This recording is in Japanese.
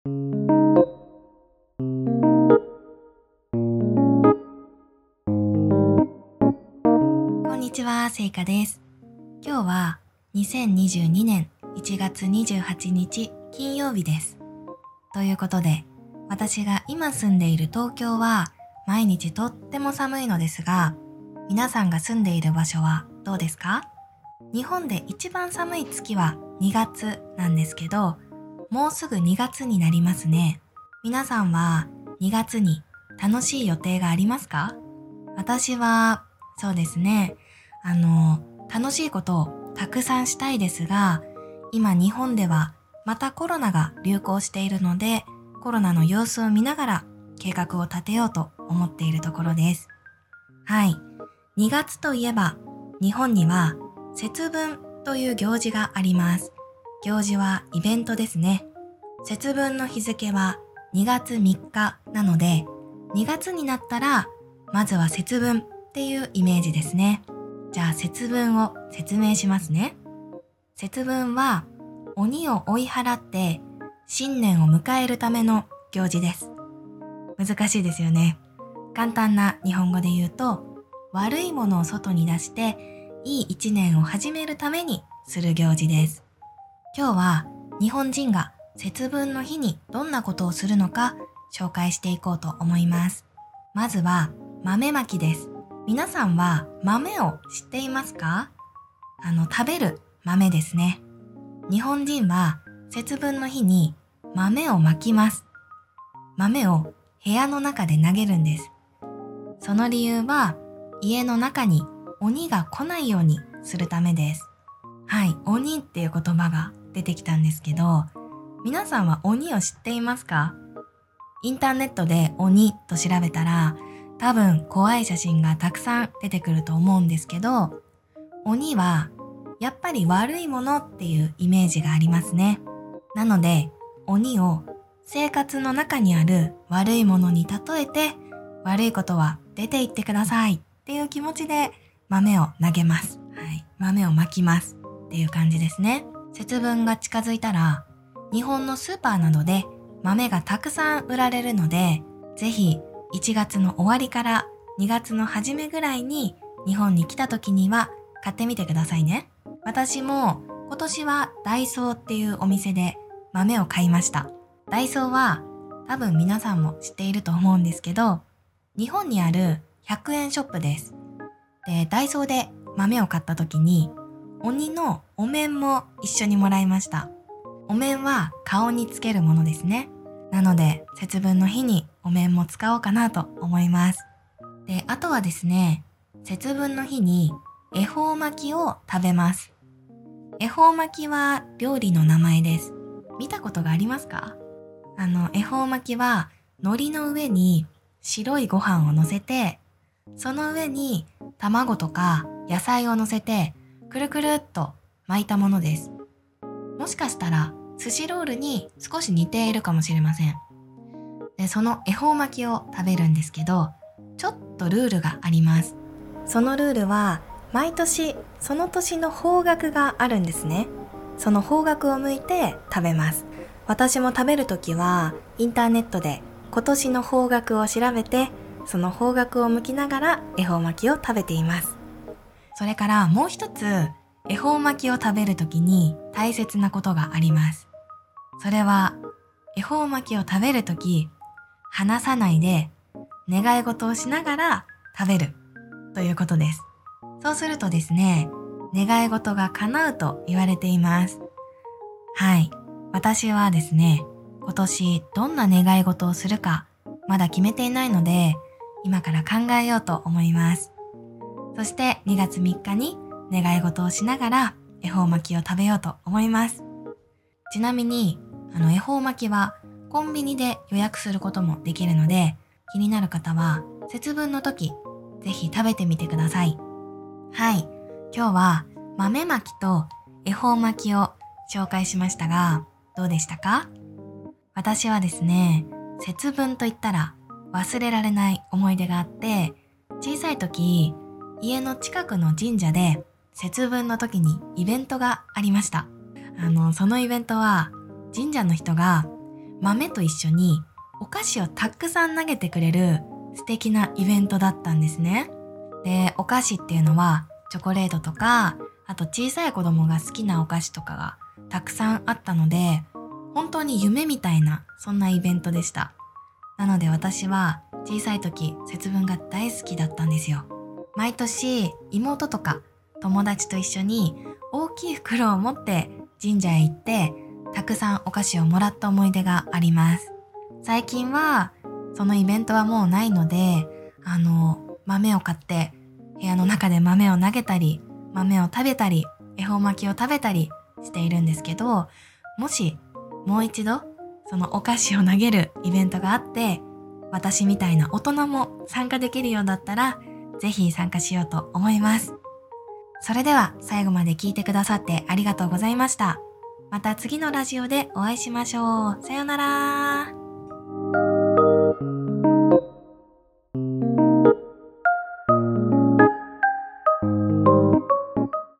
こんにちは、せいかです。今日は2022年1月28日金曜日です。ということで、私が今住んでいる東京は毎日とっても寒いのですが、皆さんが住んでいる場所はどうですか？日本で一番寒い月は2月なんですけど、もうすぐ2月になりますね。皆さんは2月に楽しい予定がありますか？私はそうですね、楽しいことをたくさんしたいですが、今日本ではまたコロナが流行しているので、コロナの様子を見ながら計画を立てようと思っているところです。はい。2月といえば、日本には節分という行事があります。行事はイベントですね。節分の日付は2月3日なので、2月になったら、まずは節分っていうイメージですね。じゃあ節分を説明しますね。節分は鬼を追い払って新年を迎えるための行事です。難しいですよね。簡単な日本語で言うと、悪いものを外に出していい一年を始めるためにする行事です。今日は日本人が節分の日にどんなことをするのか紹介していこうと思います。まずは豆まきです。皆さんは豆を知っていますか？食べる豆ですね。日本人は節分の日に豆をまきます。豆を部屋の中で投げるんです。その理由は家の中に鬼が来ないようにするためです。はい、鬼っていう言葉が出てきたんですけど、皆さんは鬼を知っていますか？インターネットで鬼と調べたら、多分怖い写真がたくさん出てくると思うんですけど、鬼はやっぱり悪いものっていうイメージがありますね。なので、鬼を生活の中にある悪いものに例えて、悪いことは出て行ってくださいっていう気持ちで豆を投げます。はい、豆をまきますっていう感じですね。節分が近づいたら、日本のスーパーなどで豆がたくさん売られるので、ぜひ1月の終わりから2月の初めぐらいに日本に来た時には買ってみてくださいね。私も今年はダイソーっていうお店で豆を買いました。ダイソーは多分皆さんも知っていると思うんですけど、日本にある100円ショップです。で、ダイソーで豆を買った時に鬼のお面も一緒にもらいました。お面は顔につけるものですね。なので節分の日にお面も使おうかなと思います。で、あとはですね、節分の日に恵方巻きを食べます。恵方巻きは料理の名前です。見たことがありますか？恵方巻きは海苔の上に白いご飯を乗せて、その上に卵とか野菜を乗せてくるくるっと巻いたものです。もしかしたら寿司ロールに少し似ているかもしれません。で、その恵方巻きを食べるんですけど、ちょっとルールがあります。そのルールは毎年その年の方角があるんですね。その方角を向いて食べます。私も食べるときはインターネットで今年の方角を調べて、その方角を向きながら恵方巻きを食べています。それからもう一つ、恵方巻きを食べるときに大切なことがあります。それは恵方巻きを食べるとき、話さないで願い事をしながら食べるということです。そうするとですね、願い事が叶うと言われています。はい。私はですね、今年どんな願い事をするかまだ決めていないので、今から考えようと思います。そして2月3日に願い事をしながら恵方巻きを食べようと思います。ちなみに、恵方巻きはコンビニで予約することもできるので、気になる方は節分の時、ぜひ食べてみてください。はい。今日は豆巻きと恵方巻きを紹介しましたが、どうでしたか？私はですね、節分と言ったら忘れられない思い出があって、小さい時、家の近くの神社で節分の時にイベントがありました。そのイベントは神社の人が豆と一緒にお菓子をたくさん投げてくれる素敵なイベントだったんですね。で、お菓子っていうのはチョコレートとか、あと小さい子供が好きなお菓子とかがたくさんあったので、本当に夢みたいなそんなイベントでした。なので私は小さい時節分が大好きだったんですよ。毎年妹とか友達と一緒に大きい袋を持って神社へ行ってたくさんお菓子をもらった思い出があります。最近はそのイベントはもうないので、豆を買って部屋の中で豆を投げたり、豆を食べたり、恵方巻きを食べたりしているんですけど、もしもう一度そのお菓子を投げるイベントがあって、私みたいな大人も参加できるようだったら、ぜひ参加しようと思います。それでは最後まで聞いてくださってありがとうございました。また次のラジオでお会いしましょう。さようなら。